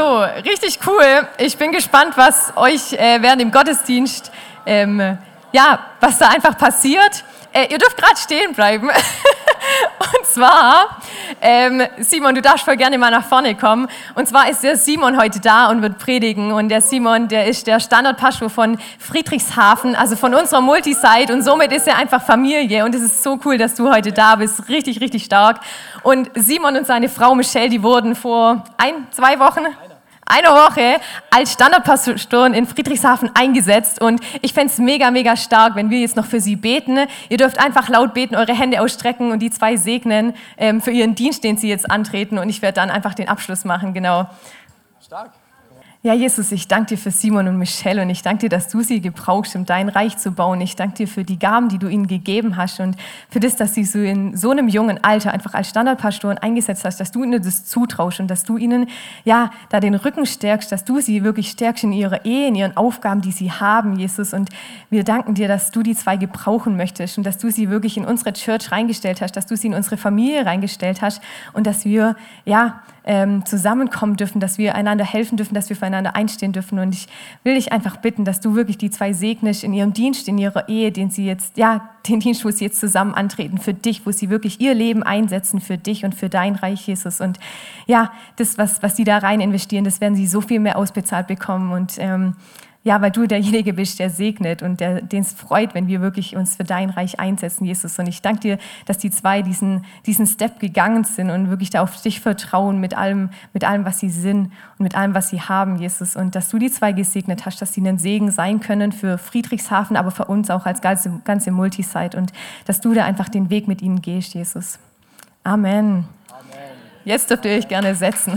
So, richtig cool. Ich bin gespannt, was euch während dem Gottesdienst, was da einfach passiert. Ihr dürft gerade stehen bleiben. Und zwar, Simon, du darfst voll gerne mal nach vorne kommen. Und zwar ist der Simon heute da und wird predigen. Und der Simon, der ist der Standortpastor von Friedrichshafen, also von unserer Multisite. Und somit ist er einfach Familie. Und es ist so cool, dass du heute da bist. Richtig, richtig stark. Und Simon und seine Frau Michelle, die wurden vor 2 Wochen... eine Woche als Standortpastoren in Friedrichshafen eingesetzt und ich fände es mega, mega stark, wenn wir jetzt noch für sie beten. Ihr dürft einfach laut beten, eure Hände ausstrecken und die 2 segnen für ihren Dienst, den sie jetzt antreten und ich werde dann einfach den Abschluss machen, genau. Stark. Ja, Jesus, ich danke dir für Simon und Michelle und ich danke dir, dass du sie gebrauchst, um dein Reich zu bauen. Ich danke dir für die Gaben, die du ihnen gegeben hast und für das, dass sie so in so einem jungen Alter einfach als Standortpastoren eingesetzt hast, dass du ihnen das zutraust und dass du ihnen da den Rücken stärkst, dass du sie wirklich stärkst in ihrer Ehe, in ihren Aufgaben, die sie haben, Jesus. Und wir danken dir, dass du die 2 gebrauchen möchtest und dass du sie wirklich in unsere Church reingestellt hast, dass du sie in unsere Familie reingestellt hast und dass wir, zusammenkommen dürfen, dass wir einander helfen dürfen, dass wir füreinander einstehen dürfen. Und ich will dich einfach bitten, dass du wirklich die 2 segnest in ihrem Dienst, in ihrer Ehe, den Dienst, wo sie jetzt zusammen antreten, für dich, wo sie wirklich ihr Leben einsetzen für dich und für dein Reich, Jesus. Und das, was sie da rein investieren, das werden sie so viel mehr ausbezahlt bekommen. Und weil du derjenige bist, der segnet und den es freut, wenn wir wirklich uns für dein Reich einsetzen, Jesus. Und ich danke dir, dass die 2 diesen Step gegangen sind und wirklich da auf dich vertrauen mit allem, was sie sind und mit allem, was sie haben, Jesus. Und dass du die 2 gesegnet hast, dass sie ein Segen sein können für Friedrichshafen, aber für uns auch als ganze Multisite. Und dass du da einfach den Weg mit ihnen gehst, Jesus. Amen. Jetzt dürft ihr euch gerne setzen.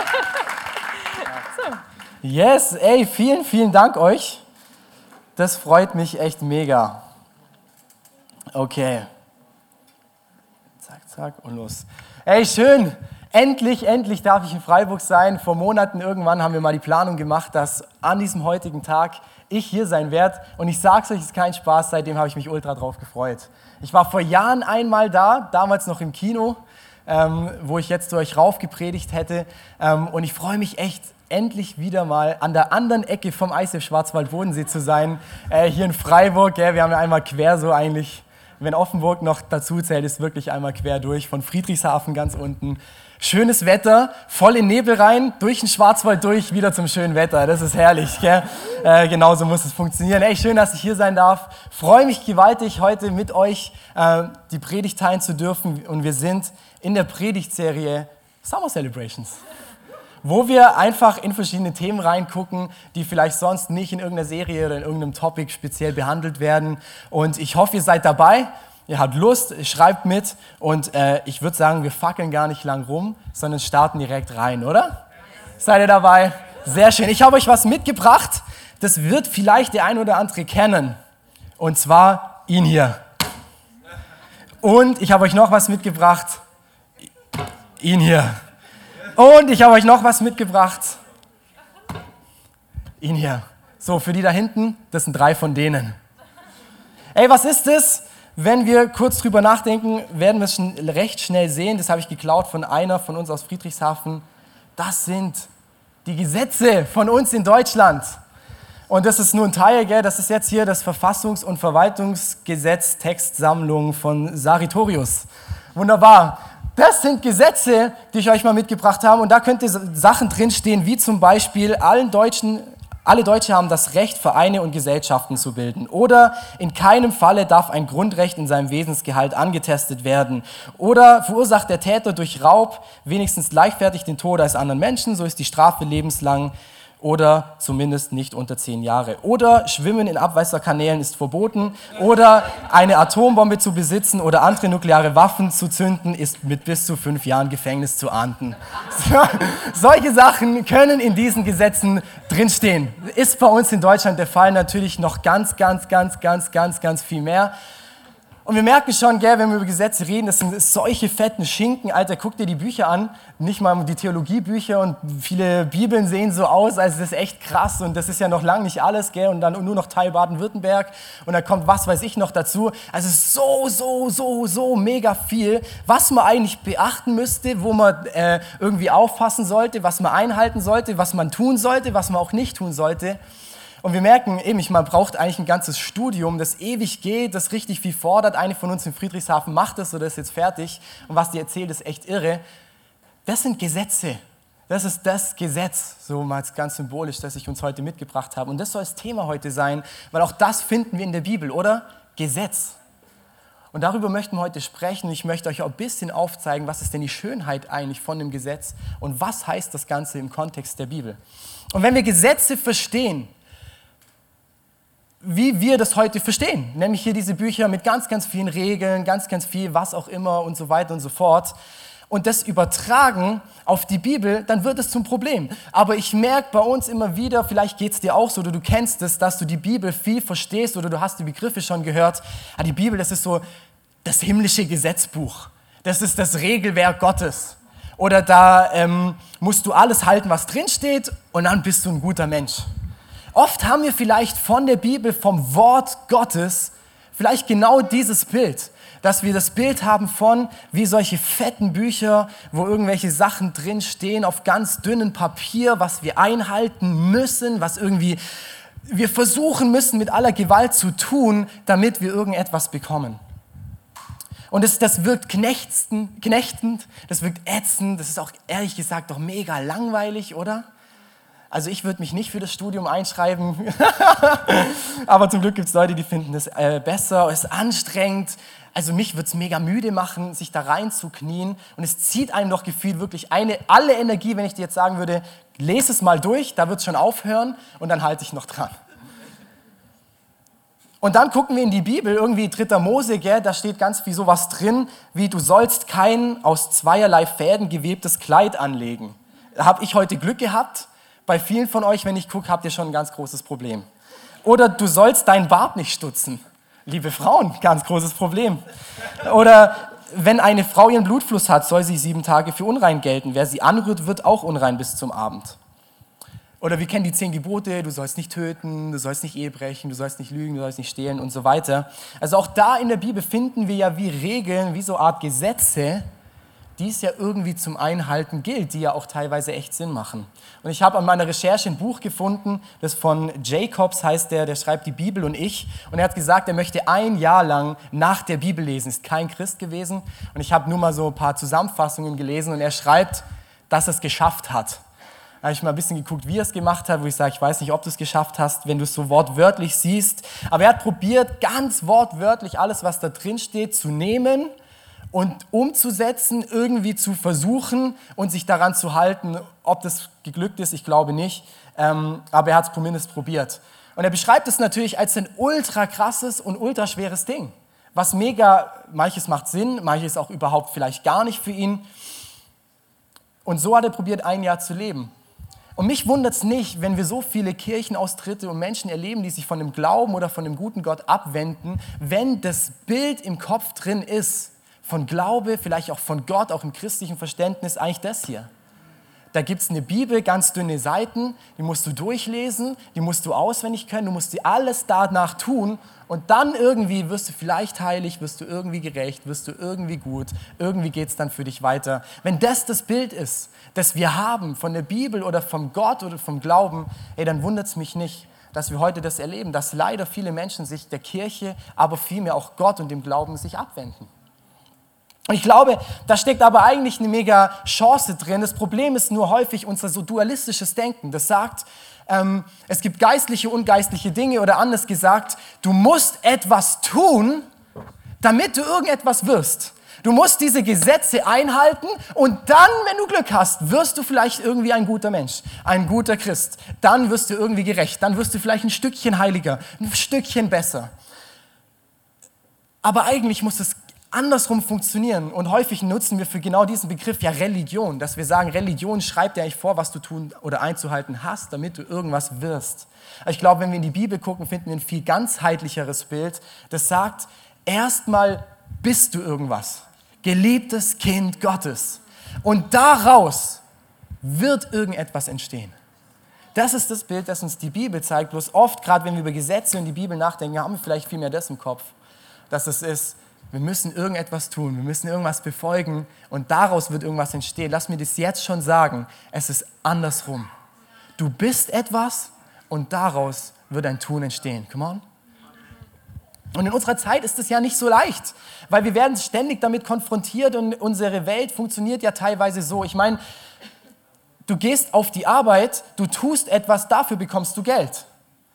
Yes, vielen, vielen Dank euch. Das freut mich echt mega. Okay. Zack, zack und los. Schön. Endlich darf ich in Freiburg sein. Vor Monaten irgendwann haben wir mal die Planung gemacht, dass an diesem heutigen Tag ich hier sein werde. Und ich sag's euch, es ist kein Spaß, seitdem habe ich mich ultra drauf gefreut. Ich war vor Jahren einmal da, damals noch im Kino, wo ich jetzt zu euch rauf gepredigt hätte. Und ich freue mich echt, endlich wieder mal an der anderen Ecke vom ICF Schwarzwald-Bodensee zu sein, hier in Freiburg. Wir haben ja einmal quer so eigentlich, wenn Offenburg noch dazu zählt, ist wirklich einmal quer durch, von Friedrichshafen ganz unten. Schönes Wetter, voll in Nebel rein, durch den Schwarzwald durch, wieder zum schönen Wetter. Das ist herrlich, gell? Genauso muss es funktionieren. Schön, dass ich hier sein darf. Freue mich gewaltig, heute mit euch die Predigt teilen zu dürfen. Und wir sind in der Predigtserie Summer Celebrations, wo wir einfach in verschiedene Themen reingucken, die vielleicht sonst nicht in irgendeiner Serie oder in irgendeinem Topic speziell behandelt werden. Und ich hoffe, ihr seid dabei, ihr habt Lust, schreibt mit und ich würde sagen, wir fackeln gar nicht lang rum, sondern starten direkt rein, oder? Seid ihr dabei? Sehr schön. Ich habe euch was mitgebracht, das wird vielleicht der ein oder andere kennen. Und zwar ihn hier. Und ich habe euch noch was mitgebracht. Ihn hier. Und ich habe euch noch was mitgebracht. Ihn hier. So, für die da hinten, das sind 3 von denen. Was ist das? Wenn wir kurz drüber nachdenken, werden wir es recht schnell sehen. Das habe ich geklaut von einer von uns aus Friedrichshafen. Das sind die Gesetze von uns in Deutschland. Und das ist nur ein Teil, gell? Das ist jetzt hier das Verfassungs- und Verwaltungsgesetz Textsammlung von Sartorius. Wunderbar. Das sind Gesetze, die ich euch mal mitgebracht habe. Und da könnte Sachen drinstehen, wie zum Beispiel, alle Deutsche haben das Recht, Vereine und Gesellschaften zu bilden. Oder in keinem Falle darf ein Grundrecht in seinem Wesensgehalt angetastet werden. Oder verursacht der Täter durch Raub wenigstens leichtfertig den Tod eines anderen Menschen, so ist die Strafe lebenslang. Oder zumindest nicht unter 10 Jahre. Oder Schwimmen in Abwasserkanälen ist verboten. Oder eine Atombombe zu besitzen oder andere nukleare Waffen zu zünden, ist mit bis zu 5 Jahren Gefängnis zu ahnden. Solche Sachen können in diesen Gesetzen drinstehen. Ist bei uns in Deutschland der Fall, natürlich noch ganz viel mehr. Und wir merken schon, gell, wenn wir über Gesetze reden, das sind solche fetten Schinken. Alter, guck dir die Bücher an, nicht mal die Theologiebücher, und viele Bibeln sehen so aus, als das ist echt krass und das ist ja noch lange nicht alles, gell, und dann nur noch Teil Baden-Württemberg und dann kommt was weiß ich noch dazu. Also es ist so mega viel, was man eigentlich beachten müsste, wo man irgendwie aufpassen sollte, was man einhalten sollte, was man tun sollte, was man auch nicht tun sollte. Und wir merken eben, man braucht eigentlich ein ganzes Studium, das ewig geht, das richtig viel fordert. Eine von uns in Friedrichshafen macht das oder ist jetzt fertig. Und was die erzählt, ist echt irre. Das sind Gesetze. Das ist das Gesetz, so mal ganz symbolisch, das ich uns heute mitgebracht habe. Und das soll das Thema heute sein, weil auch das finden wir in der Bibel, oder? Gesetz. Und darüber möchten wir heute sprechen. Ich möchte euch auch ein bisschen aufzeigen, was ist denn die Schönheit eigentlich von dem Gesetz und was heißt das Ganze im Kontext der Bibel. Und wenn wir Gesetze verstehen, wie wir das heute verstehen, nämlich hier diese Bücher mit ganz, ganz vielen Regeln, ganz, ganz viel, was auch immer und so weiter und so fort, und das übertragen auf die Bibel, dann wird es zum Problem. Aber ich merke bei uns immer wieder, vielleicht geht es dir auch so, oder du kennst es, dass du die Bibel viel verstehst oder du hast die Begriffe schon gehört. Die Bibel, das ist so das himmlische Gesetzbuch. Das ist das Regelwerk Gottes. Oder da musst du alles halten, was drinsteht, und dann bist du ein guter Mensch. Oft haben wir vielleicht von der Bibel, vom Wort Gottes, vielleicht genau dieses Bild, dass wir das Bild haben von wie solche fetten Bücher, wo irgendwelche Sachen drinstehen auf ganz dünnem Papier, was wir einhalten müssen, was irgendwie wir versuchen müssen mit aller Gewalt zu tun, damit wir irgendetwas bekommen. Und das wirkt knechtend, das wirkt ätzend, das ist auch ehrlich gesagt doch mega langweilig, oder? Also ich würde mich nicht für das Studium einschreiben, aber zum Glück gibt es Leute, die finden das besser, es ist anstrengend. Also mich würde es mega müde machen, sich da reinzuknien, und es zieht einem doch gefühlt wirklich alle Energie, wenn ich dir jetzt sagen würde, lese es mal durch, da wird es schon aufhören und dann halte ich noch dran. Und dann gucken wir in die Bibel, irgendwie 3. Mose, gell, da steht ganz viel sowas drin, wie du sollst kein aus zweierlei Fäden gewebtes Kleid anlegen. Da habe ich heute Glück gehabt. Bei vielen von euch, wenn ich gucke, habt ihr schon ein ganz großes Problem. Oder du sollst deinen Bart nicht stutzen. Liebe Frauen, ganz großes Problem. Oder wenn eine Frau ihren Blutfluss hat, soll sie 7 Tage für unrein gelten. Wer sie anrührt, wird auch unrein bis zum Abend. Oder wir kennen die 10 Gebote, du sollst nicht töten, du sollst nicht Ehe brechen, du sollst nicht lügen, du sollst nicht stehlen und so weiter. Also auch da in der Bibel finden wir ja wie Regeln, wie so eine Art Gesetze, die es ja irgendwie zum Einhalten gilt, die ja auch teilweise echt Sinn machen. Und ich habe an meiner Recherche ein Buch gefunden, das von Jacobs heißt, der schreibt die Bibel und ich. Und er hat gesagt, er möchte 1 Jahr lang nach der Bibel lesen. Ist kein Christ gewesen. Und ich habe nur mal so ein paar Zusammenfassungen gelesen und er schreibt, dass er es geschafft hat. Da habe ich mal ein bisschen geguckt, wie er es gemacht hat, wo ich sage, ich weiß nicht, ob du es geschafft hast, wenn du es so wortwörtlich siehst. Aber er hat probiert, ganz wortwörtlich alles, was da drin steht, zu nehmen und umzusetzen, irgendwie zu versuchen und sich daran zu halten. Ob das geglückt ist, ich glaube nicht, aber er hat es zumindest probiert. Und er beschreibt es natürlich als ein ultra krasses und ultra schweres Ding, was mega, manches macht Sinn, manches auch überhaupt vielleicht gar nicht für ihn. Und so hat er probiert, 1 Jahr zu leben. Und mich wundert es nicht, wenn wir so viele Kirchenaustritte und Menschen erleben, die sich von dem Glauben oder von dem guten Gott abwenden, wenn das Bild im Kopf drin ist, von Glaube, vielleicht auch von Gott, auch im christlichen Verständnis, eigentlich das hier. Da gibt es eine Bibel, ganz dünne Seiten, die musst du durchlesen, die musst du auswendig können, du musst dir alles danach tun und dann irgendwie wirst du vielleicht heilig, wirst du irgendwie gerecht, wirst du irgendwie gut, irgendwie geht es dann für dich weiter. Wenn das Bild ist, das wir haben von der Bibel oder vom Gott oder vom Glauben, dann wundert es mich nicht, dass wir heute das erleben, dass leider viele Menschen sich der Kirche, aber vielmehr auch Gott und dem Glauben sich abwenden. Und ich glaube, da steckt aber eigentlich eine mega Chance drin. Das Problem ist nur häufig unser so dualistisches Denken. Das sagt, es gibt geistliche und ungeistliche Dinge oder anders gesagt, du musst etwas tun, damit du irgendetwas wirst. Du musst diese Gesetze einhalten und dann, wenn du Glück hast, wirst du vielleicht irgendwie ein guter Mensch, ein guter Christ. Dann wirst du irgendwie gerecht, dann wirst du vielleicht ein Stückchen heiliger, ein Stückchen besser. Aber eigentlich muss es andersrum funktionieren und häufig nutzen wir für genau diesen Begriff ja Religion, dass wir sagen, Religion schreibt dir eigentlich vor, was du tun oder einzuhalten hast, damit du irgendwas wirst. Ich glaube, wenn wir in die Bibel gucken, finden wir ein viel ganzheitlicheres Bild, das sagt, Erstmal bist du irgendwas. Geliebtes Kind Gottes. Und daraus wird irgendetwas entstehen. Das ist das Bild, das uns die Bibel zeigt. Bloß oft, gerade wenn wir über Gesetze und die Bibel nachdenken, haben wir vielleicht viel mehr das im Kopf. Dass es ist, wir müssen irgendetwas tun, wir müssen irgendwas befolgen und daraus wird irgendwas entstehen. Lass mir das jetzt schon sagen, es ist andersrum. Du bist etwas und daraus wird ein Tun entstehen. Come on. Und in unserer Zeit ist es ja nicht so leicht, weil wir werden ständig damit konfrontiert und unsere Welt funktioniert ja teilweise so. Ich meine, du gehst auf die Arbeit, du tust etwas, dafür bekommst du Geld.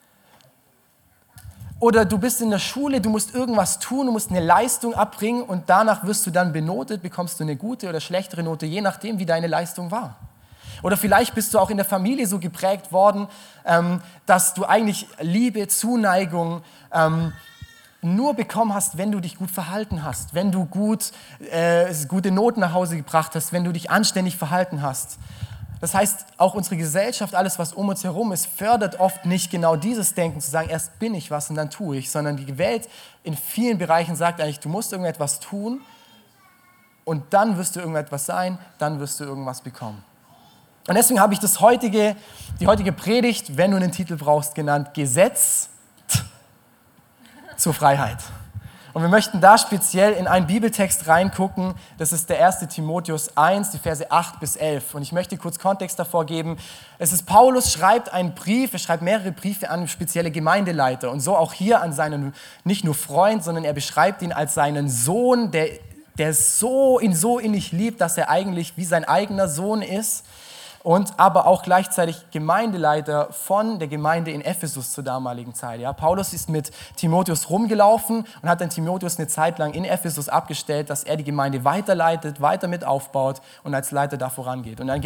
Oder du bist in der Schule, du musst irgendwas tun, du musst eine Leistung abbringen und danach wirst du dann benotet, bekommst du eine gute oder schlechtere Note, je nachdem, wie deine Leistung war. Oder vielleicht bist du auch in der Familie so geprägt worden, dass du eigentlich Liebe, Zuneigung nur bekommen hast, wenn du dich gut verhalten hast, wenn du gute Noten nach Hause gebracht hast, wenn du dich anständig verhalten hast. Das heißt, auch unsere Gesellschaft, alles, was um uns herum ist, fördert oft nicht genau dieses Denken, zu sagen, erst bin ich was und dann tue ich, sondern die Welt in vielen Bereichen sagt eigentlich, du musst irgendetwas tun und dann wirst du irgendetwas sein, dann wirst du irgendwas bekommen. Und deswegen habe ich die heutige Predigt, wenn du einen Titel brauchst, genannt Gesetz zur Freiheit. Und wir möchten da speziell in einen Bibeltext reingucken, das ist der 1. Timotheus 1, die Verse 8 bis 11. Und ich möchte kurz Kontext davor geben. Es ist Paulus, schreibt einen Brief, er schreibt mehrere Briefe an spezielle Gemeindeleiter. Und so auch hier an seinen, nicht nur Freund, sondern er beschreibt ihn als seinen Sohn, der ihn so innig liebt, dass er eigentlich wie sein eigener Sohn ist. Und aber auch gleichzeitig Gemeindeleiter von der Gemeinde in Ephesus zur damaligen Zeit. Ja, Paulus ist mit Timotheus rumgelaufen und hat dann Timotheus eine Zeit lang in Ephesus abgestellt, dass er die Gemeinde weiterleitet, weiter mit aufbaut und als Leiter da vorangeht. Und an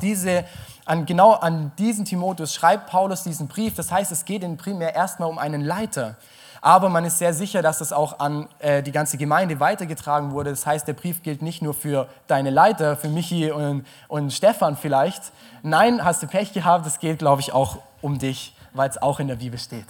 diesen Timotheus schreibt Paulus diesen Brief. Das heißt, es geht primär erstmal um einen Leiter. Aber man ist sehr sicher, dass es auch an die ganze Gemeinde weitergetragen wurde. Das heißt, der Brief gilt nicht nur für deine Leiter, für Michi und Stefan vielleicht. Nein, hast du Pech gehabt, es geht, glaube ich, auch um dich, weil es auch in der Bibel steht.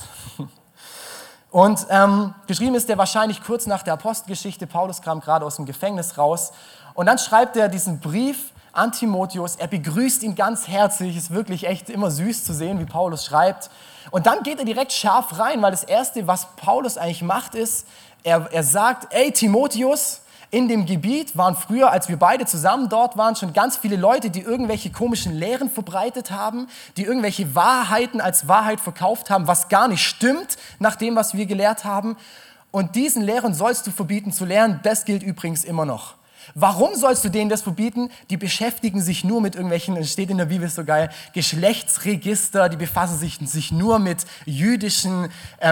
Und geschrieben ist der wahrscheinlich kurz nach der Apostelgeschichte. Paulus kam gerade aus dem Gefängnis raus. Und dann schreibt er diesen Brief an Timotheus. Er begrüßt ihn ganz herzlich. Es ist wirklich echt immer süß zu sehen, wie Paulus schreibt. Und dann geht er direkt scharf rein, weil das Erste, was Paulus eigentlich macht, ist, er sagt, ey Timotheus, in dem Gebiet waren früher, als wir beide zusammen dort waren, schon ganz viele Leute, die irgendwelche komischen Lehren verbreitet haben, die irgendwelche Wahrheiten als Wahrheit verkauft haben, was gar nicht stimmt nach dem, was wir gelehrt haben. Und diesen Lehren sollst du verbieten zu lehren, das gilt übrigens immer noch. Warum sollst du denen das verbieten? Die beschäftigen sich nur mit irgendwelchen, es steht in der Bibel so geil, Geschlechtsregister, die befassen sich nur mit jüdischen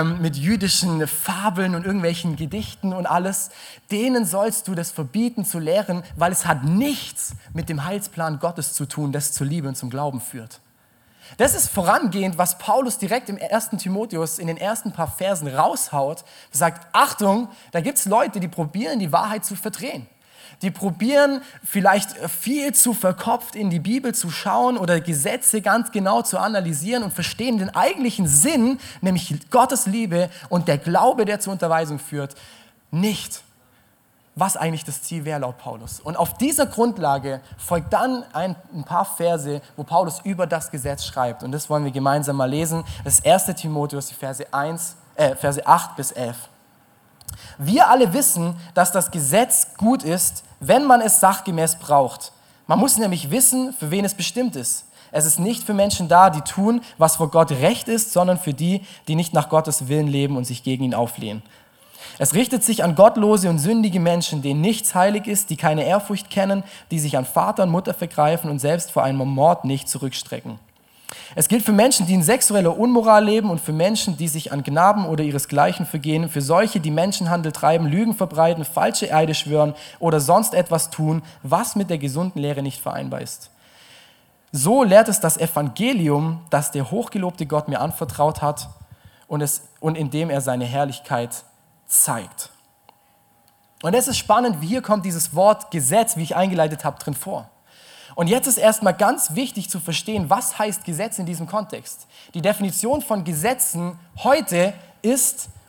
Fabeln und irgendwelchen Gedichten und alles. Denen sollst du das verbieten zu lehren, weil es hat nichts mit dem Heilsplan Gottes zu tun, das zur Liebe und zum Glauben führt. Das ist vorangehend, was Paulus direkt im 1. Timotheus in den ersten paar Versen raushaut. Er sagt, Achtung, da gibt es Leute, die probieren, die Wahrheit zu verdrehen. Die probieren vielleicht viel zu verkopft in die Bibel zu schauen oder Gesetze ganz genau zu analysieren und verstehen den eigentlichen Sinn, nämlich Gottes Liebe und der Glaube, der zur Unterweisung führt, nicht, was eigentlich das Ziel wäre laut Paulus. Und auf dieser Grundlage folgt dann ein paar Verse, wo Paulus über das Gesetz schreibt. Und das wollen wir gemeinsam mal lesen. Das ist 1. Timotheus, die Verse 8 bis 11. Wir alle wissen, dass das Gesetz gut ist, wenn man es sachgemäß braucht. Man muss nämlich wissen, für wen es bestimmt ist. Es ist nicht für Menschen da, die tun, was vor Gott recht ist, sondern für die, die nicht nach Gottes Willen leben und sich gegen ihn auflehnen. Es richtet sich an gottlose und sündige Menschen, denen nichts heilig ist, die keine Ehrfurcht kennen, die sich an Vater und Mutter vergreifen und selbst vor einem Mord nicht zurückstrecken. Es gilt für Menschen, die in sexueller Unmoral leben und für Menschen, die sich an Knaben oder ihresgleichen vergehen, für solche, die Menschenhandel treiben, Lügen verbreiten, falsche Eide schwören oder sonst etwas tun, was mit der gesunden Lehre nicht vereinbar ist. So lehrt es das Evangelium, das der hochgelobte Gott mir anvertraut hat und in dem er seine Herrlichkeit zeigt. Und es ist spannend, wie hier kommt dieses Wort Gesetz, wie ich eingeleitet habe, drin vor. Und jetzt ist erstmal ganz wichtig zu verstehen, was heißt Gesetz in diesem Kontext. Die Definition von Gesetzen heute ist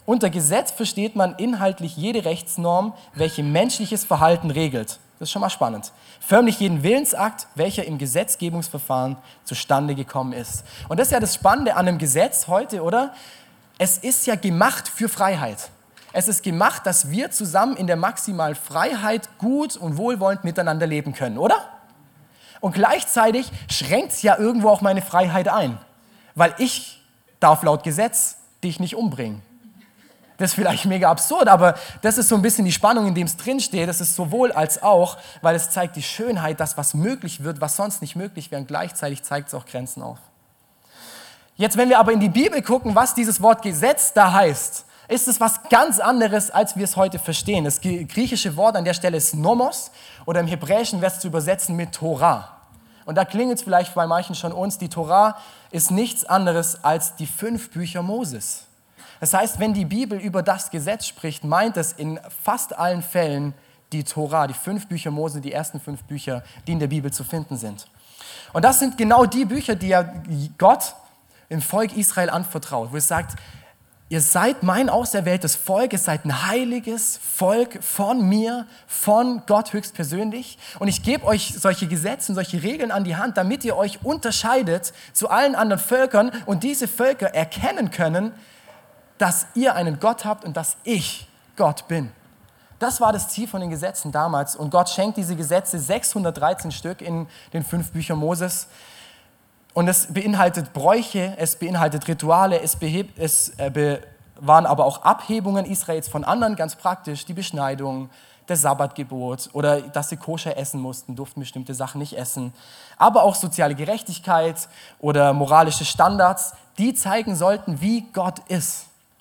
Unter Gesetz versteht man inhaltlich jede Rechtsnorm, welche menschliches Verhalten regelt. Das ist schon mal spannend. Förmlich jeden Willensakt, welcher im Gesetzgebungsverfahren zustande gekommen ist. Und das ist ja das Spannende an einem Gesetz heute, oder? Es ist ja gemacht für Freiheit. Es ist gemacht, dass wir zusammen in der maximalen Freiheit gut und wohlwollend miteinander leben können, oder? Und gleichzeitig schränkt es ja irgendwo auch meine Freiheit ein. Weil ich darf laut Gesetz dich nicht umbringen. Das ist vielleicht mega absurd, aber das ist so ein bisschen die Spannung, in dem es drinsteht. Das ist sowohl als auch, weil es zeigt die Schönheit, dass was möglich wird, was sonst nicht möglich wäre. Und gleichzeitig zeigt es auch Grenzen auf. Jetzt, wenn wir aber in die Bibel gucken, was dieses Wort Gesetz da heißt, ist es was ganz anderes, als wir es heute verstehen. Das griechische Wort an der Stelle ist Nomos oder im Hebräischen wäre es zu übersetzen mit Torah. Und da klingelt es vielleicht bei manchen schon uns, die Torah ist nichts anderes als die 5 Bücher Moses. Das heißt, wenn die Bibel über das Gesetz spricht, meint es in fast allen Fällen die Torah, die 5 Bücher Mose, die ersten 5 Bücher, die in der Bibel zu finden sind. Und das sind genau die Bücher, die ja Gott im Volk Israel anvertraut, wo es sagt, ihr seid mein auserwähltes Volk, ihr seid ein heiliges Volk von mir, von Gott höchstpersönlich. Und ich gebe euch solche Gesetze, solche Regeln an die Hand, damit ihr euch unterscheidet zu allen anderen Völkern und diese Völker erkennen können, dass ihr einen Gott habt und dass ich Gott bin. Das war das Ziel von den Gesetzen damals. Und Gott schenkt diese Gesetze, 613 Stück in den 5 Büchern Moses. Und es beinhaltet Bräuche, es beinhaltet Rituale, es waren aber auch Abhebungen Israels von anderen, ganz praktisch, die Beschneidung, das Sabbatgebot oder dass sie koscher essen mussten, durften bestimmte Sachen nicht essen. Aber auch soziale Gerechtigkeit oder moralische Standards, die zeigen sollten, wie Gott ist.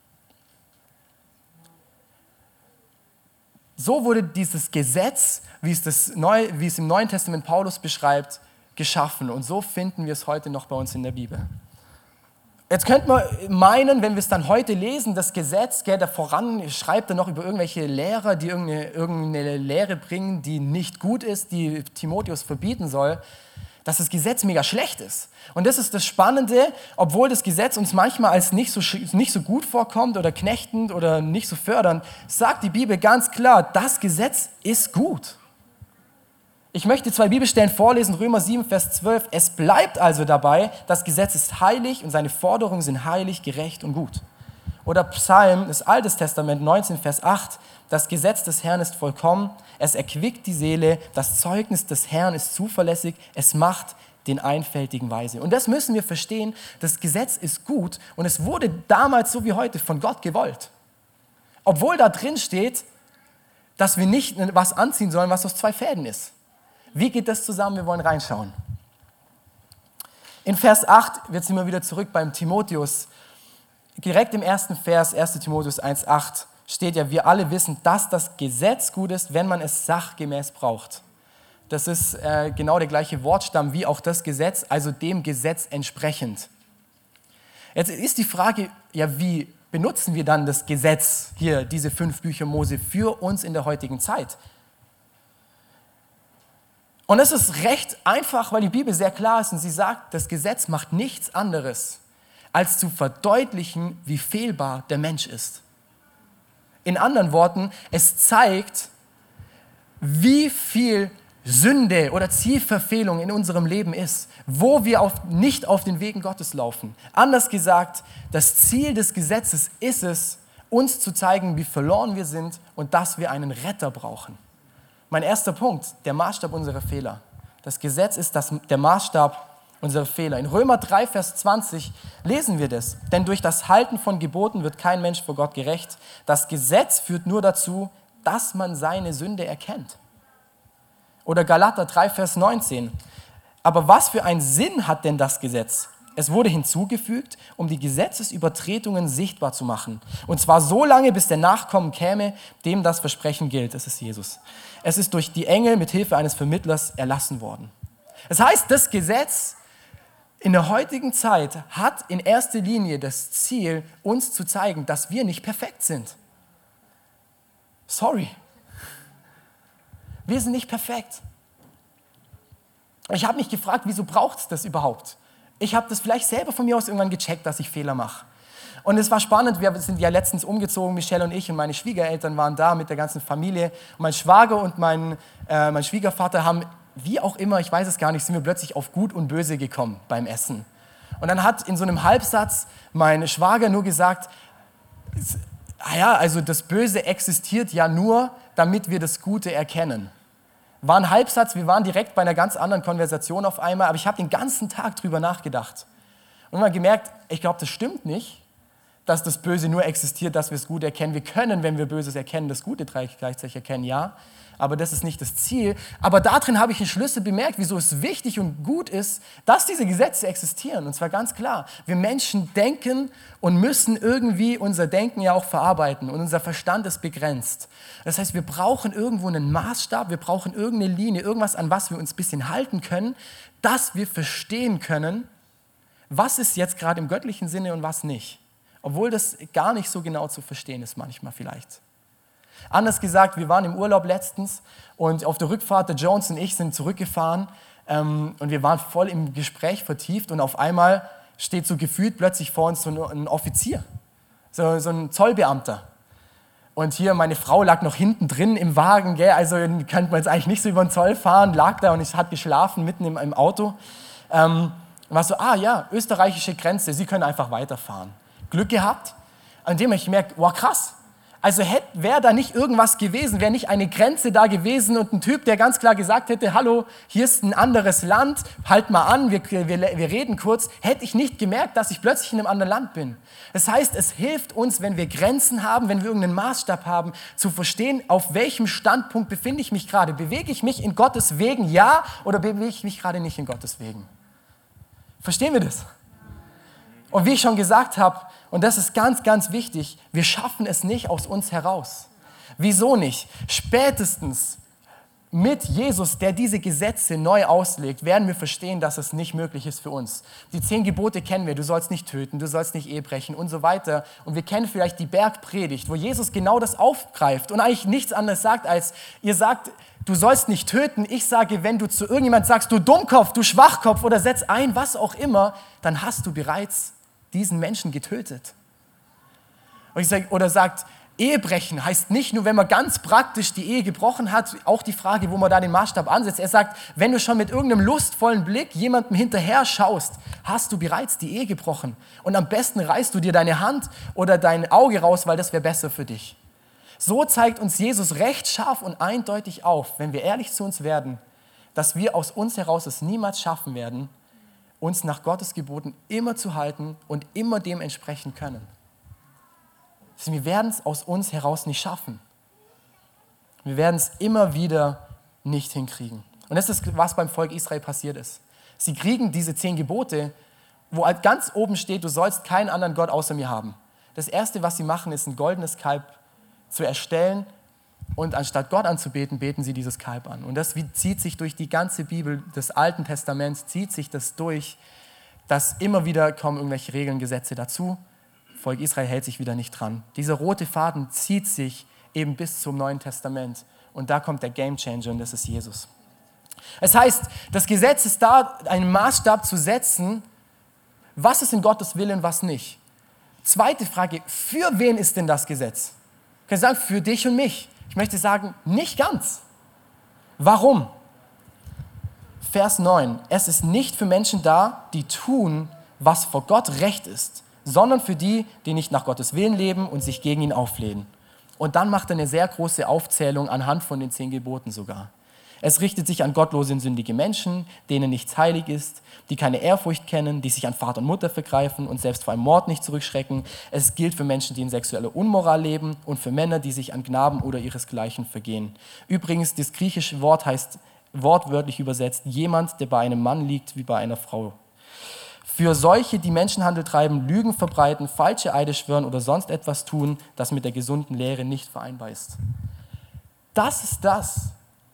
So wurde dieses Gesetz, wie es im Neuen Testament Paulus beschreibt, geschaffen. Und so finden wir es heute noch bei uns in der Bibel. Jetzt könnte man meinen, wenn wir es dann heute lesen, das Gesetz, da voran schreibt er noch über irgendwelche Lehrer, die irgendeine Lehre bringen, die nicht gut ist, die Timotheus verbieten soll, dass das Gesetz mega schlecht ist. Und das ist das Spannende, obwohl das Gesetz uns manchmal als nicht so gut vorkommt oder knechtend oder nicht so fördernd, sagt die Bibel ganz klar, das Gesetz ist gut. Ich möchte 2 Bibelstellen vorlesen, Römer 7, Vers 12. Es bleibt also dabei, das Gesetz ist heilig und seine Forderungen sind heilig, gerecht und gut. Oder Psalm, das Altes Testament 19, Vers 8. Das Gesetz des Herrn ist vollkommen, es erquickt die Seele, das Zeugnis des Herrn ist zuverlässig, es macht den Einfältigen weise. Und das müssen wir verstehen, das Gesetz ist gut und es wurde damals so wie heute von Gott gewollt. Obwohl da drin steht, dass wir nicht was anziehen sollen, was aus 2 Fäden ist. Wie geht das zusammen? Wir wollen reinschauen. In Vers 8, jetzt sind wir wieder zurück beim Timotheus, direkt im ersten Vers, 1. Timotheus 1,8, steht ja, wir alle wissen, dass das Gesetz gut ist, wenn man es sachgemäß braucht. Das ist genau der gleiche Wortstamm wie auch das Gesetz, also dem Gesetz entsprechend. Jetzt ist die Frage, ja, wie benutzen wir dann das Gesetz hier, diese 5 Bücher Mose, für uns in der heutigen Zeit? Und es ist recht einfach, weil die Bibel sehr klar ist und sie sagt, das Gesetz macht nichts anderes, als zu verdeutlichen, wie fehlbar der Mensch ist. In anderen Worten, es zeigt, wie viel Sünde oder Zielverfehlung in unserem Leben ist, wo wir nicht auf den Wegen Gottes laufen. Anders gesagt, das Ziel des Gesetzes ist es, uns zu zeigen, wie verloren wir sind und dass wir einen Retter brauchen. Mein erster Punkt, der Maßstab unserer Fehler. Das Gesetz ist der Maßstab unserer Fehler. In Römer 3, Vers 20 lesen wir das. Denn durch das Halten von Geboten wird kein Mensch vor Gott gerecht. Das Gesetz führt nur dazu, dass man seine Sünde erkennt. Oder Galater 3, Vers 19. Aber was für einen Sinn hat denn das Gesetz? Es wurde hinzugefügt, um die Gesetzesübertretungen sichtbar zu machen. Und zwar so lange, bis der Nachkommen käme, dem das Versprechen gilt. Das ist Jesus. Es ist durch die Engel mit Hilfe eines Vermittlers erlassen worden. Das heißt, das Gesetz in der heutigen Zeit hat in erster Linie das Ziel, uns zu zeigen, dass wir nicht perfekt sind. Sorry. Wir sind nicht perfekt. Ich habe mich gefragt, wieso braucht es das überhaupt? Ich habe das vielleicht selber von mir aus irgendwann gecheckt, dass ich Fehler mache. Und es war spannend, wir sind ja letztens umgezogen, Michelle und ich, und meine Schwiegereltern waren da mit der ganzen Familie. Und mein Schwager und mein Schwiegervater haben, wie auch immer, ich weiß es gar nicht, sind wir plötzlich auf Gut und Böse gekommen beim Essen. Und dann hat in so einem Halbsatz mein Schwager nur gesagt, also das Böse existiert ja nur, damit wir das Gute erkennen. War ein Halbsatz, wir waren direkt bei einer ganz anderen Konversation auf einmal, aber ich habe den ganzen Tag drüber nachgedacht. Und mal gemerkt, ich glaube, das stimmt nicht, dass das Böse nur existiert, dass wir es gut erkennen. Wir können, wenn wir Böses erkennen, das Gute gleichzeitig erkennen, ja. Aber das ist nicht das Ziel. Aber darin habe ich einen Schlüssel bemerkt, wieso es wichtig und gut ist, dass diese Gesetze existieren. Und zwar ganz klar, wir Menschen denken und müssen irgendwie unser Denken ja auch verarbeiten. Und unser Verstand ist begrenzt. Das heißt, wir brauchen irgendwo einen Maßstab, wir brauchen irgendeine Linie, irgendwas, an was wir uns ein bisschen halten können, dass wir verstehen können, was ist jetzt gerade im göttlichen Sinne und was nicht. Obwohl das gar nicht so genau zu verstehen ist manchmal vielleicht. Anders gesagt, wir waren im Urlaub letztens und auf der Rückfahrt, der Jones und ich sind zurückgefahren und wir waren voll im Gespräch vertieft und auf einmal steht so gefühlt plötzlich vor uns so ein Offizier, so ein Zollbeamter. Und hier, meine Frau lag noch hinten drin im Wagen, gell? Also könnte man jetzt eigentlich nicht so über den Zoll fahren, lag da und ich hat geschlafen mitten im Auto. War so, ja, österreichische Grenze, Sie können einfach weiterfahren. Glück gehabt, an dem ich gemerkt, wow, krass. Also wäre da nicht irgendwas gewesen, wäre nicht eine Grenze da gewesen und ein Typ, der ganz klar gesagt hätte, hallo, hier ist ein anderes Land, halt mal an, wir reden kurz, hätte ich nicht gemerkt, dass ich plötzlich in einem anderen Land bin. Das heißt, es hilft uns, wenn wir Grenzen haben, wenn wir irgendeinen Maßstab haben, zu verstehen, auf welchem Standpunkt befinde ich mich gerade. Bewege ich mich in Gottes Wegen, ja, oder bewege ich mich gerade nicht in Gottes Wegen? Verstehen wir das? Und wie ich schon gesagt habe, und das ist ganz, ganz wichtig, wir schaffen es nicht aus uns heraus. Wieso nicht? Spätestens mit Jesus, der diese Gesetze neu auslegt, werden wir verstehen, dass es nicht möglich ist für uns. Die 10 Gebote kennen wir, du sollst nicht töten, du sollst nicht Ehe brechen und so weiter. Und wir kennen vielleicht die Bergpredigt, wo Jesus genau das aufgreift und eigentlich nichts anderes sagt, als ihr sagt, du sollst nicht töten. Ich sage, wenn du zu irgendjemand sagst, du Dummkopf, du Schwachkopf oder setz ein, was auch immer, dann hast du bereits diesen Menschen getötet. Oder sagt, Ehebrechen heißt nicht nur, wenn man ganz praktisch die Ehe gebrochen hat, auch die Frage, wo man da den Maßstab ansetzt. Er sagt, wenn du schon mit irgendeinem lustvollen Blick jemandem hinterher schaust, hast du bereits die Ehe gebrochen. Und am besten reißt du dir deine Hand oder dein Auge raus, weil das wäre besser für dich. So zeigt uns Jesus recht scharf und eindeutig auf, wenn wir ehrlich zu uns werden, dass wir aus uns heraus es niemals schaffen werden, uns nach Gottes Geboten immer zu halten und immer dem entsprechen können. Wir werden es aus uns heraus nicht schaffen. Wir werden es immer wieder nicht hinkriegen. Und das ist, was beim Volk Israel passiert ist. Sie kriegen diese 10 Gebote, wo halt ganz oben steht, du sollst keinen anderen Gott außer mir haben. Das Erste, was sie machen, ist ein goldenes Kalb zu erstellen und anstatt Gott anzubeten, beten sie dieses Kalb an. Und das zieht sich durch die ganze Bibel des Alten Testaments, zieht sich das durch, dass immer wieder kommen irgendwelche Regeln, Gesetze dazu. Volk Israel hält sich wieder nicht dran. Dieser rote Faden zieht sich eben bis zum Neuen Testament. Und da kommt der Gamechanger und das ist Jesus. Es heißt, das Gesetz ist da, einen Maßstab zu setzen, was ist in Gottes Wille und was nicht. Zweite Frage, für wen ist denn das Gesetz? Ich kann sagen, für dich und mich. Ich möchte sagen, nicht ganz. Warum? Vers 9. Es ist nicht für Menschen da, die tun, was vor Gott recht ist, sondern für die, die nicht nach Gottes Willen leben und sich gegen ihn auflehnen. Und dann macht er eine sehr große Aufzählung anhand von den 10 Geboten sogar. Es richtet sich an gottlose und sündige Menschen, denen nichts heilig ist, die keine Ehrfurcht kennen, die sich an Vater und Mutter vergreifen und selbst vor einem Mord nicht zurückschrecken. Es gilt für Menschen, die in sexueller Unmoral leben und für Männer, die sich an Knaben oder ihresgleichen vergehen. Übrigens, das griechische Wort heißt wortwörtlich übersetzt, jemand, der bei einem Mann liegt wie bei einer Frau. Für solche, die Menschenhandel treiben, Lügen verbreiten, falsche Eide schwören oder sonst etwas tun, das mit der gesunden Lehre nicht vereinbar ist. Das ist das,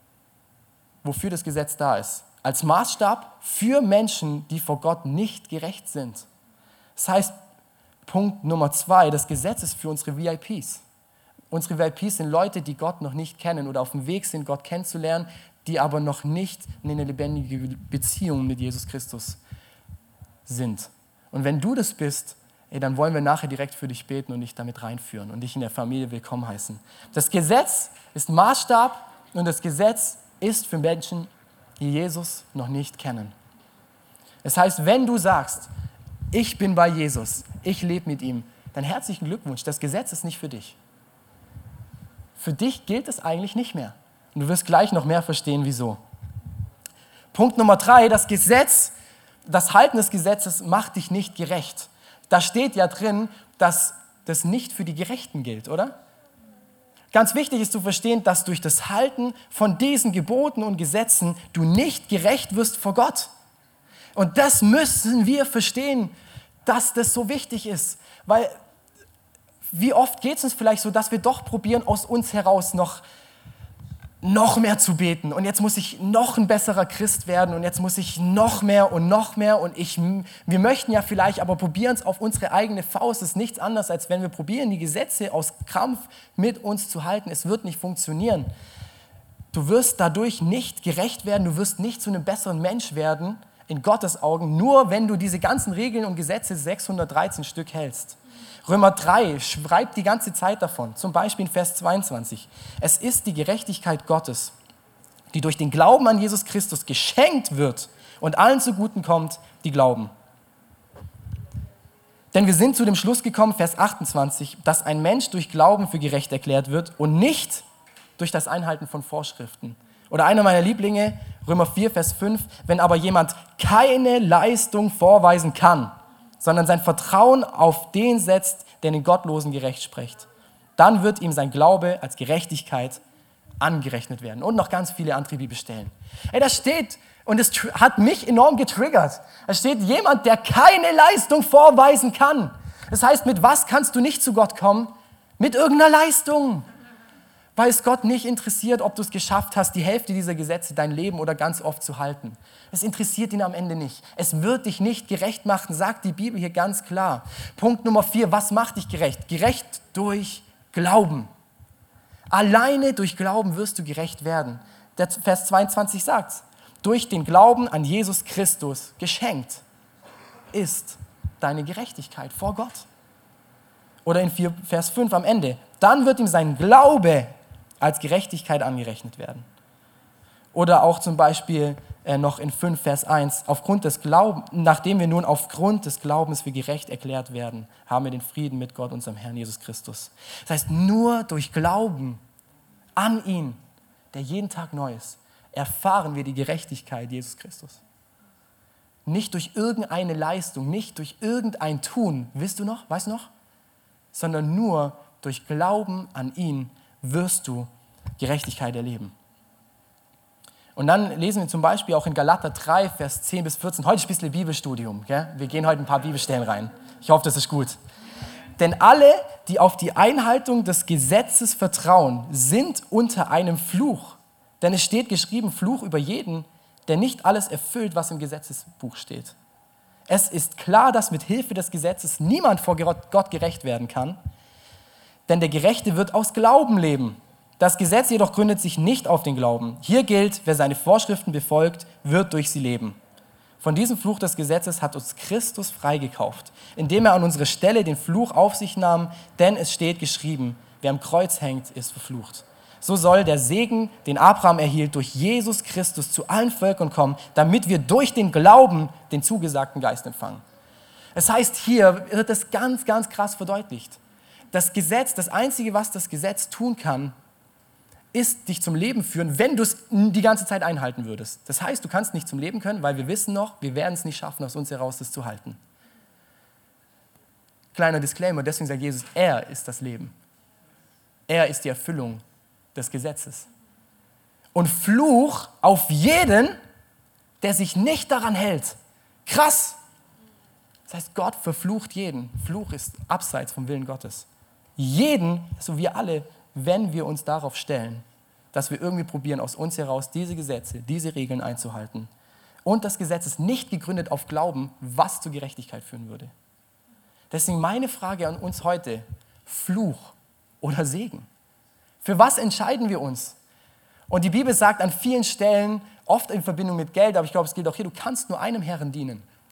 wofür das Gesetz da ist. Als Maßstab für Menschen, die vor Gott nicht gerecht sind. Das heißt, Punkt Nummer 2, das Gesetz ist für unsere VIPs. Unsere VIPs sind Leute, die Gott noch nicht kennen oder auf dem Weg sind, Gott kennenzulernen, die aber noch nicht in eine lebendige Beziehung mit Jesus Christus sind. Und wenn du das bist, dann wollen wir nachher direkt für dich beten und dich damit reinführen und dich in der Familie willkommen heißen. Das Gesetz ist Maßstab und das Gesetz ist für Menschen, die Jesus noch nicht kennen. Das heißt, wenn du sagst, ich bin bei Jesus, ich lebe mit ihm, dann herzlichen Glückwunsch, das Gesetz ist nicht für dich. Für dich gilt es eigentlich nicht mehr. Und du wirst gleich noch mehr verstehen, wieso. Punkt Nummer 3, das Halten des Gesetzes macht dich nicht gerecht. Da steht ja drin, dass das nicht für die Gerechten gilt, oder? Ganz wichtig ist zu verstehen, dass durch das Halten von diesen Geboten und Gesetzen du nicht gerecht wirst vor Gott. Und das müssen wir verstehen, dass das so wichtig ist. Weil wie oft geht es uns vielleicht so, dass wir doch probieren, aus uns heraus noch mehr zu beten. Und jetzt muss ich noch ein besserer Christ werden und jetzt muss ich noch mehr und wir möchten ja vielleicht, aber probieren es auf unsere eigene Faust. Es ist nichts anderes, als wenn wir probieren, die Gesetze aus Krampf mit uns zu halten. Es wird nicht funktionieren. Du wirst dadurch nicht gerecht werden, du wirst nicht zu einem besseren Mensch werden, in Gottes Augen, nur wenn du diese ganzen Regeln und Gesetze, 613 Stück, hältst. Römer 3 schreibt die ganze Zeit davon, zum Beispiel in Vers 22. Es ist die Gerechtigkeit Gottes, die durch den Glauben an Jesus Christus geschenkt wird und allen zuguten kommt, die glauben. Denn wir sind zu dem Schluss gekommen, Vers 28, dass ein Mensch durch Glauben für gerecht erklärt wird und nicht durch das Einhalten von Vorschriften. Oder einer meiner Lieblinge, Römer 4, Vers 5, wenn aber jemand keine Leistung vorweisen kann, sondern sein Vertrauen auf den setzt, der den Gottlosen gerecht spricht, dann wird ihm sein Glaube als Gerechtigkeit angerechnet werden. Und noch ganz viele andere Bibelstellen. Das steht, und es hat mich enorm getriggert, da steht jemand, der keine Leistung vorweisen kann. Das heißt, mit was kannst du nicht zu Gott kommen? Mit irgendeiner Leistung. Weil es Gott nicht interessiert, ob du es geschafft hast, die Hälfte dieser Gesetze dein Leben oder ganz oft zu halten. Es interessiert ihn am Ende nicht. Es wird dich nicht gerecht machen, sagt die Bibel hier ganz klar. Punkt Nummer 4, was macht dich gerecht? Gerecht durch Glauben. Alleine durch Glauben wirst du gerecht werden. Der Vers 22 sagt, durch den Glauben an Jesus Christus geschenkt ist deine Gerechtigkeit vor Gott. Oder in Vers 5 am Ende, dann wird ihm sein Glaube als Gerechtigkeit angerechnet werden. Oder auch zum Beispiel noch in 5 Vers 1, nachdem wir nun aufgrund des Glaubens für gerecht erklärt werden, haben wir den Frieden mit Gott, unserem Herrn Jesus Christus. Das heißt, nur durch Glauben an ihn, der jeden Tag neu ist, erfahren wir die Gerechtigkeit Jesus Christus. Nicht durch irgendeine Leistung, nicht durch irgendein Tun, weißt du noch? Sondern nur durch Glauben an ihn wirst du Gerechtigkeit erleben. Und dann lesen wir zum Beispiel auch in Galater 3, Vers 10 bis 14. Heute ist ein bisschen Bibelstudium. Gell? Wir gehen heute ein paar Bibelstellen rein. Ich hoffe, das ist gut. Denn alle, die auf die Einhaltung des Gesetzes vertrauen, sind unter einem Fluch. Denn es steht geschrieben, Fluch über jeden, der nicht alles erfüllt, was im Gesetzesbuch steht. Es ist klar, dass mit Hilfe des Gesetzes niemand vor Gott gerecht werden kann, denn der Gerechte wird aus Glauben leben. Das Gesetz jedoch gründet sich nicht auf den Glauben. Hier gilt, wer seine Vorschriften befolgt, wird durch sie leben. Von diesem Fluch des Gesetzes hat uns Christus freigekauft, indem er an unsere Stelle den Fluch auf sich nahm, denn es steht geschrieben, wer am Kreuz hängt, ist verflucht. So soll der Segen, den Abraham erhielt, durch Jesus Christus zu allen Völkern kommen, damit wir durch den Glauben den zugesagten Geist empfangen. Das heißt, hier wird es ganz, ganz krass verdeutlicht. Das Gesetz, das Einzige, was das Gesetz tun kann, ist dich zum Leben führen, wenn du es die ganze Zeit einhalten würdest. Das heißt, du kannst nicht zum Leben können, weil wir wissen noch, wir werden es nicht schaffen, aus uns heraus das zu halten. Kleiner Disclaimer, deswegen sagt Jesus, er ist das Leben. Er ist die Erfüllung des Gesetzes. Und Fluch auf jeden, der sich nicht daran hält. Krass! Das heißt, Gott verflucht jeden. Fluch ist abseits vom Willen Gottes. Jeden, so wir alle, wenn wir uns darauf stellen, dass wir irgendwie probieren, aus uns heraus diese Gesetze, diese Regeln einzuhalten. Und das Gesetz ist nicht gegründet auf Glauben, was zur Gerechtigkeit führen würde. Deswegen meine Frage an uns heute, Fluch oder Segen? Für was entscheiden wir uns? Und die Bibel sagt an vielen Stellen, oft in Verbindung mit Geld, aber ich glaube, es gilt auch hier, du kannst nur einem Herrn dienen.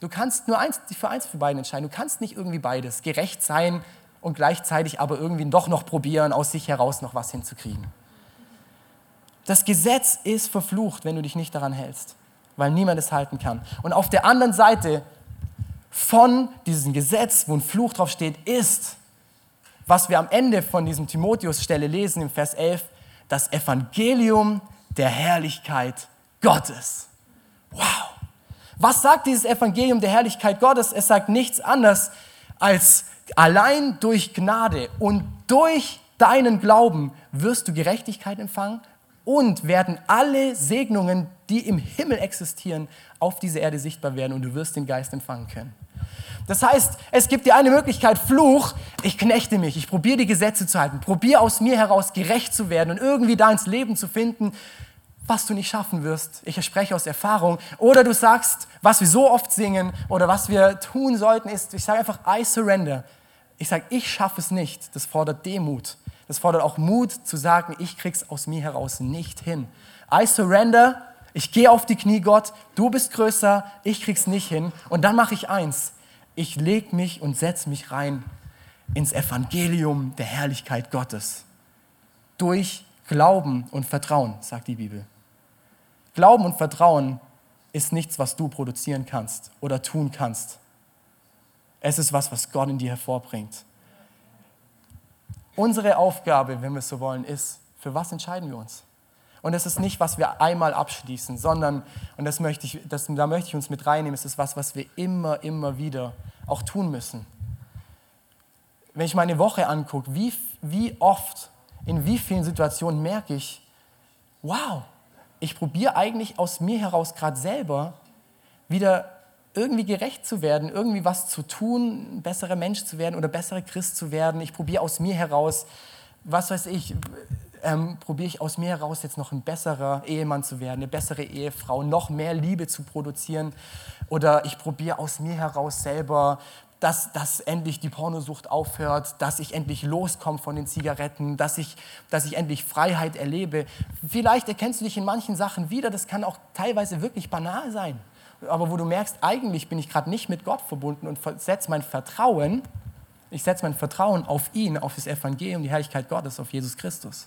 Du kannst nur dich für eins von beiden entscheiden. Du kannst nicht irgendwie beides, gerecht sein und gleichzeitig aber irgendwie doch noch probieren, aus sich heraus noch was hinzukriegen. Das Gesetz ist verflucht, wenn du dich nicht daran hältst, weil niemand es halten kann. Und auf der anderen Seite von diesem Gesetz, wo ein Fluch drauf steht, ist, was wir am Ende von diesem Timotheus-Stelle lesen, im Vers 11, das Evangelium der Herrlichkeit Gottes. Wow! Was sagt dieses Evangelium der Herrlichkeit Gottes? Es sagt nichts anderes als allein durch Gnade und durch deinen Glauben wirst du Gerechtigkeit empfangen und werden alle Segnungen, die im Himmel existieren, auf diese Erde sichtbar werden und du wirst den Geist empfangen können. Das heißt, es gibt dir eine Möglichkeit, Fluch, ich knechte mich, ich probiere die Gesetze zu halten, probiere aus mir heraus gerecht zu werden und irgendwie da ins Leben zu finden, was du nicht schaffen wirst. Ich spreche aus Erfahrung. Oder du sagst, was wir so oft singen oder was wir tun sollten, ist, ich sage einfach, I surrender. Ich sage, ich schaffe es nicht. Das fordert Demut. Das fordert auch Mut zu sagen, ich krieg's aus mir heraus nicht hin. I surrender, ich gehe auf die Knie, Gott, du bist größer, ich krieg's nicht hin. Und dann mache ich eins, ich lege mich und setze mich rein ins Evangelium der Herrlichkeit Gottes. Durch Glauben und Vertrauen, sagt die Bibel. Glauben und Vertrauen ist nichts, was du produzieren kannst oder tun kannst. Es ist was Gott in dir hervorbringt. Unsere Aufgabe, wenn wir es so wollen, ist, für was entscheiden wir uns? Und es ist nicht, was wir einmal abschließen, sondern, und da möchte ich uns mit reinnehmen, es ist was wir immer wieder auch tun müssen. Wenn ich meine Woche angucke, wie oft, in wie vielen Situationen merke ich, wow, ich probiere eigentlich aus mir heraus gerade selber wieder irgendwie gerecht zu werden, irgendwie was zu tun, ein besserer Mensch zu werden oder besserer Christ zu werden. Ich probiere aus mir heraus, probiere ich aus mir heraus jetzt noch ein besserer Ehemann zu werden, eine bessere Ehefrau, noch mehr Liebe zu produzieren. Oder ich probiere aus mir heraus selber, dass endlich die Pornosucht aufhört, dass ich endlich loskomme von den Zigaretten, dass ich endlich Freiheit erlebe. Vielleicht erkennst du dich in manchen Sachen wieder, das kann auch teilweise wirklich banal sein. Aber wo du merkst, eigentlich bin ich gerade nicht mit Gott verbunden und setze mein Vertrauen auf ihn, auf das Evangelium, die Herrlichkeit Gottes, auf Jesus Christus.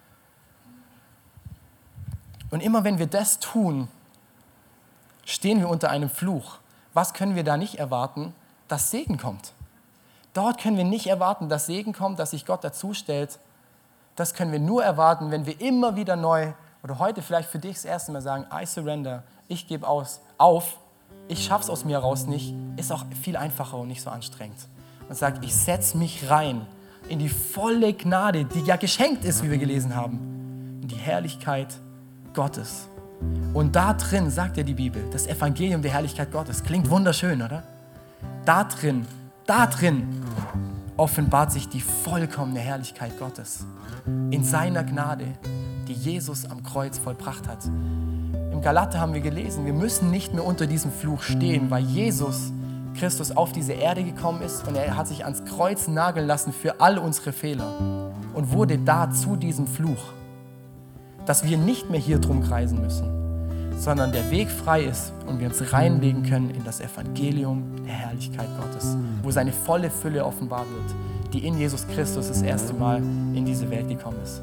Und immer wenn wir das tun, stehen wir unter einem Fluch. Was können wir da nicht erwarten? Dass Segen kommt. Dort können wir nicht erwarten, dass Segen kommt, dass sich Gott dazustellt. Das können wir nur erwarten, wenn wir immer wieder neu oder heute vielleicht für dich das erste Mal sagen, I surrender, ich gebe auf, ich schaff's aus mir raus nicht, ist auch viel einfacher und nicht so anstrengend. Und sage, ich setze mich rein in die volle Gnade, die ja geschenkt ist, wie wir gelesen haben, in die Herrlichkeit Gottes. Und da drin, sagt ja die Bibel, das Evangelium der Herrlichkeit Gottes, klingt wunderschön, oder? Da drin offenbart sich die vollkommene Herrlichkeit Gottes in seiner Gnade, die Jesus am Kreuz vollbracht hat. Im Galater haben wir gelesen, wir müssen nicht mehr unter diesem Fluch stehen, weil Jesus Christus auf diese Erde gekommen ist und er hat sich ans Kreuz nageln lassen für all unsere Fehler und wurde da zu diesem Fluch, dass wir nicht mehr hier drum kreisen müssen, sondern der Weg frei ist und wir uns reinlegen können in das Evangelium der Herrlichkeit Gottes, wo seine volle Fülle offenbar wird, die in Jesus Christus das erste Mal in diese Welt gekommen ist.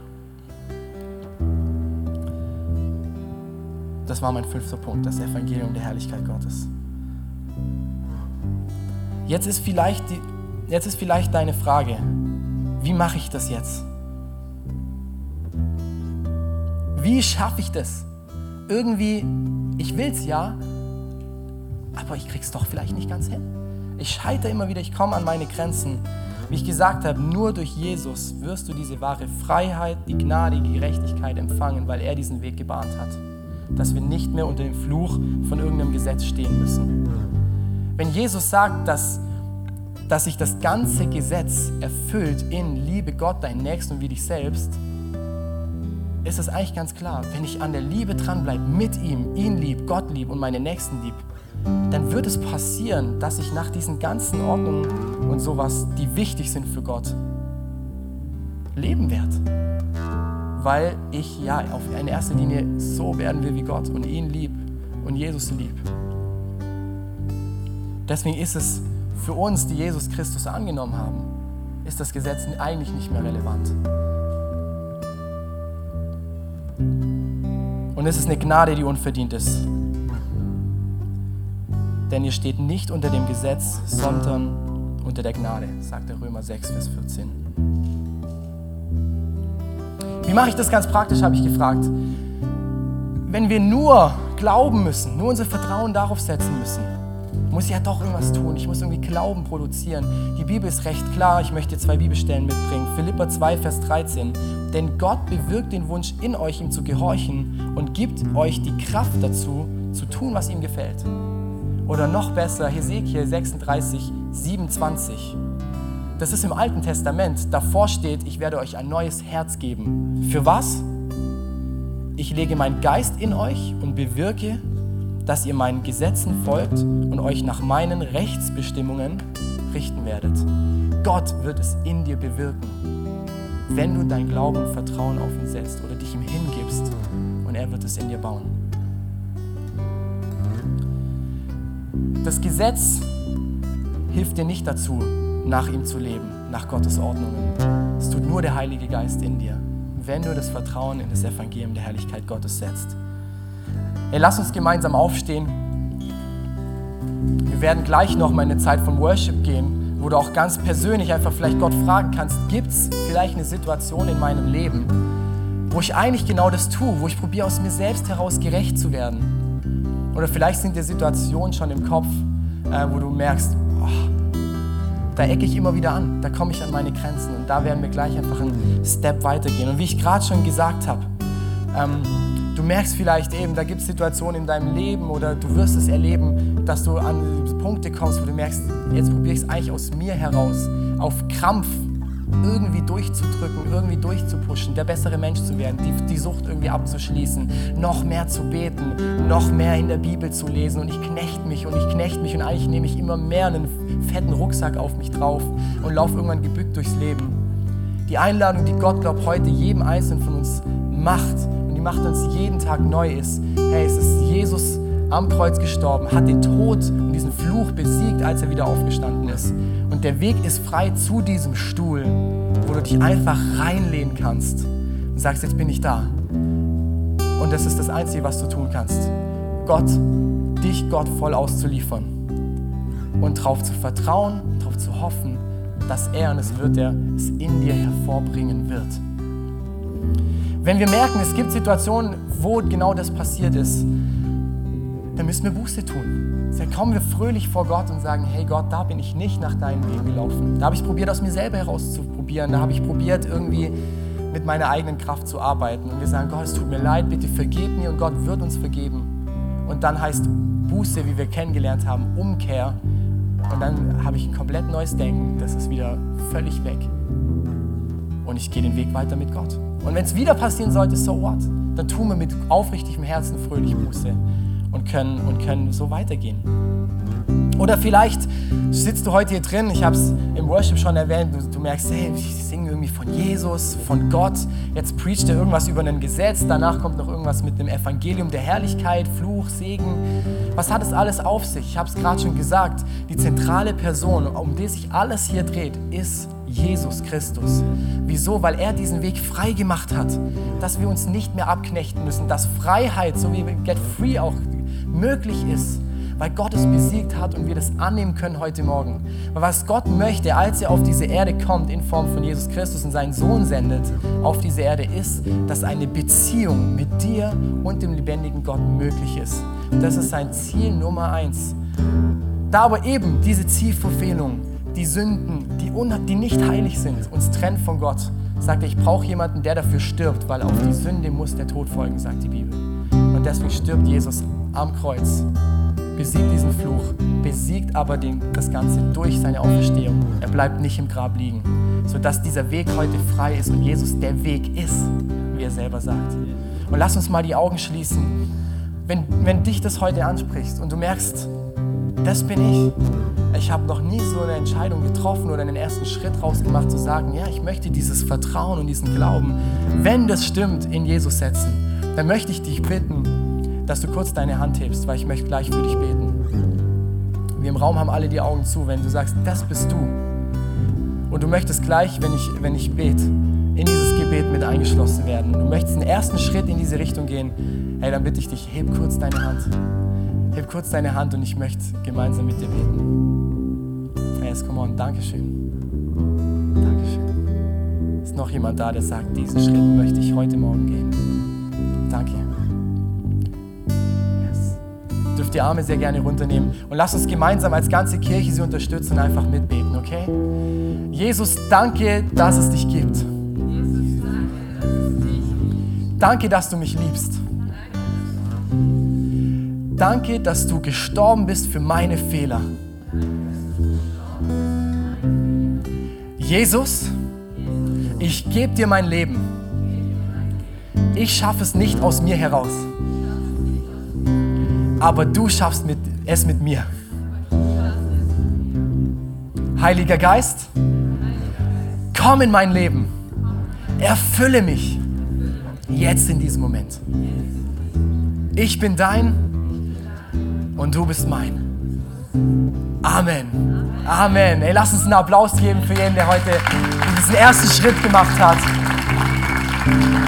Das war mein 5. Punkt, das Evangelium der Herrlichkeit Gottes. Jetzt ist vielleicht deine Frage, wie mache ich das jetzt? Wie schaffe ich das? Irgendwie, ich will's ja, aber ich krieg's doch vielleicht nicht ganz hin. Ich scheitere immer wieder, ich komme an meine Grenzen. Wie ich gesagt habe, nur durch Jesus wirst du diese wahre Freiheit, die Gnade, die Gerechtigkeit empfangen, weil er diesen Weg gebahnt hat. Dass wir nicht mehr unter dem Fluch von irgendeinem Gesetz stehen müssen. Wenn Jesus sagt, dass sich das ganze Gesetz erfüllt in Liebe Gott, deinen Nächsten und wie dich selbst, ist es eigentlich ganz klar, wenn ich an der Liebe dranbleibe, mit ihm, ihn lieb, Gott lieb und meine Nächsten lieb, dann wird es passieren, dass ich nach diesen ganzen Ordnungen und sowas, die wichtig sind für Gott, leben werde. Weil ich ja in erster Linie so werden will wie Gott und ihn lieb und Jesus lieb. Deswegen ist es für uns, die Jesus Christus angenommen haben, ist das Gesetz eigentlich nicht mehr relevant. Und es ist eine Gnade, die unverdient ist. Denn ihr steht nicht unter dem Gesetz, sondern unter der Gnade, sagt der Römer 6, Vers 14. Wie mache ich das ganz praktisch, habe ich gefragt. Wenn wir nur glauben müssen, nur unser Vertrauen darauf setzen müssen, muss ich ja doch irgendwas tun. Ich muss irgendwie Glauben produzieren. Die Bibel ist recht klar. Ich möchte 2 Bibelstellen mitbringen. Philipper 2, Vers 13. Denn Gott bewirkt den Wunsch in euch, ihm zu gehorchen und gibt euch die Kraft dazu, zu tun, was ihm gefällt. Oder noch besser, Hesekiel 36, 27. Das ist im Alten Testament. Davor steht, ich werde euch ein neues Herz geben. Für was? Ich lege meinen Geist in euch und bewirke, dass ihr meinen Gesetzen folgt und euch nach meinen Rechtsbestimmungen richten werdet. Gott wird es in dir bewirken, wenn du dein Glauben und Vertrauen auf ihn setzt oder dich ihm hingibst, und er wird es in dir bauen. Das Gesetz hilft dir nicht dazu, nach ihm zu leben, nach Gottes Ordnungen. Es tut nur der Heilige Geist in dir, wenn du das Vertrauen in das Evangelium der Herrlichkeit Gottes setzt. Hey, lass uns gemeinsam aufstehen. Wir werden gleich noch mal in eine Zeit von Worship gehen, wo du auch ganz persönlich einfach vielleicht Gott fragen kannst, gibt es vielleicht eine Situation in meinem Leben, wo ich eigentlich genau das tue, wo ich probiere, aus mir selbst heraus gerecht zu werden? Oder vielleicht sind dir Situationen schon im Kopf, wo du merkst, da ecke ich immer wieder an, da komme ich an meine Grenzen, und da werden wir gleich einfach einen Step weitergehen. Und wie ich gerade schon gesagt habe, du merkst vielleicht eben, da gibt es Situationen in deinem Leben oder du wirst es erleben, dass du an Punkte kommst, wo du merkst, jetzt probiere ich es eigentlich aus mir heraus, auf Krampf irgendwie durchzudrücken, irgendwie durchzupushen, der bessere Mensch zu werden, die Sucht irgendwie abzuschließen, noch mehr zu beten, noch mehr in der Bibel zu lesen, und ich knechte mich und eigentlich nehme ich immer mehr einen fetten Rucksack auf mich drauf und laufe irgendwann gebückt durchs Leben. Die Einladung, die Gott, glaubt, heute jedem Einzelnen von uns macht, und die macht uns jeden Tag neu, ist, hey, es ist Jesus am Kreuz gestorben, hat den Tod und diesen Fluch besiegt, als er wieder aufgestanden ist. Und der Weg ist frei zu diesem Stuhl, wo du dich einfach reinlehnen kannst und sagst, jetzt bin ich da. Und das ist das Einzige, was du tun kannst. Dich Gott voll auszuliefern und darauf zu vertrauen, darauf zu hoffen, dass er, und es wird er, es in dir hervorbringen wird. Wenn wir merken, es gibt Situationen, wo genau das passiert ist, dann müssen wir Buße tun. Dann kommen wir fröhlich vor Gott und sagen, hey Gott, da bin ich nicht nach deinen Wegen gelaufen. Da habe ich probiert, aus mir selber herauszuprobieren. Da habe ich probiert, irgendwie mit meiner eigenen Kraft zu arbeiten. Und wir sagen, Gott, es tut mir leid, bitte vergib mir, und Gott wird uns vergeben. Und dann heißt Buße, wie wir kennengelernt haben, Umkehr. Und dann habe ich ein komplett neues Denken. Das ist wieder völlig weg. Und ich gehe den Weg weiter mit Gott. Und wenn es wieder passieren sollte, so what? Dann tun wir mit aufrichtigem Herzen fröhlich Buße und können so weitergehen. Oder vielleicht sitzt du heute hier drin, ich habe es im Worship schon erwähnt, du merkst, hey, ich singe irgendwie von Jesus, von Gott, jetzt preacht er irgendwas über ein Gesetz, danach kommt noch irgendwas mit dem Evangelium der Herrlichkeit, Fluch, Segen. Was hat es alles auf sich? Ich habe es gerade schon gesagt, die zentrale Person, um die sich alles hier dreht, ist Jesus Christus. Wieso? Weil er diesen Weg frei gemacht hat, dass wir uns nicht mehr abknechten müssen, dass Freiheit, so wie Get Free auch möglich ist, weil Gott es besiegt hat und wir das annehmen können heute Morgen. Weil was Gott möchte, als er auf diese Erde kommt in Form von Jesus Christus und seinen Sohn sendet auf diese Erde, ist, dass eine Beziehung mit dir und dem lebendigen Gott möglich ist. Und das ist sein Ziel Nummer 1. Da aber eben diese Zielverfehlung, die Sünden, die nicht heilig sind, uns trennt von Gott, sagt er, ich brauche jemanden, der dafür stirbt, weil auf die Sünde muss der Tod folgen, sagt die Bibel. Und deswegen stirbt Jesus am Kreuz, besiegt diesen Fluch, besiegt aber das Ganze durch seine Auferstehung. Er bleibt nicht im Grab liegen, sodass dieser Weg heute frei ist und Jesus der Weg ist, wie er selber sagt. Und lass uns mal die Augen schließen. Wenn dich das heute anspricht und du merkst, das bin ich habe noch nie so eine Entscheidung getroffen oder einen ersten Schritt rausgemacht, zu sagen, ja, ich möchte dieses Vertrauen und diesen Glauben, wenn das stimmt, in Jesus setzen, dann möchte ich dich bitten, dass du kurz deine Hand hebst, weil ich möchte gleich für dich beten. Wir im Raum haben alle die Augen zu. Wenn du sagst, das bist du und du möchtest gleich, wenn ich bete, in dieses Gebet mit eingeschlossen werden, du möchtest einen ersten Schritt in diese Richtung gehen, hey, dann bitte ich dich, heb kurz deine Hand. Heb kurz deine Hand und ich möchte gemeinsam mit dir beten. Yes, come on, Dankeschön. Dankeschön. Ist noch jemand da, der sagt, diesen Schritt möchte ich heute Morgen gehen? Danke. Yes. Dürft die Arme sehr gerne runternehmen und lasst uns gemeinsam als ganze Kirche sie unterstützen und einfach mitbeten, okay? Jesus, danke, dass es dich gibt. Danke, dass du mich liebst. Danke, dass du gestorben bist für meine Fehler. Jesus, ich gebe dir mein Leben. Ich schaffe es nicht aus mir heraus. Aber du schaffst es mit mir. Heiliger Geist, komm in mein Leben. Erfülle mich. Jetzt in diesem Moment. Ich bin dein und du bist mein. Amen. Amen. Ey, lass uns einen Applaus geben für jeden, der heute diesen ersten Schritt gemacht hat.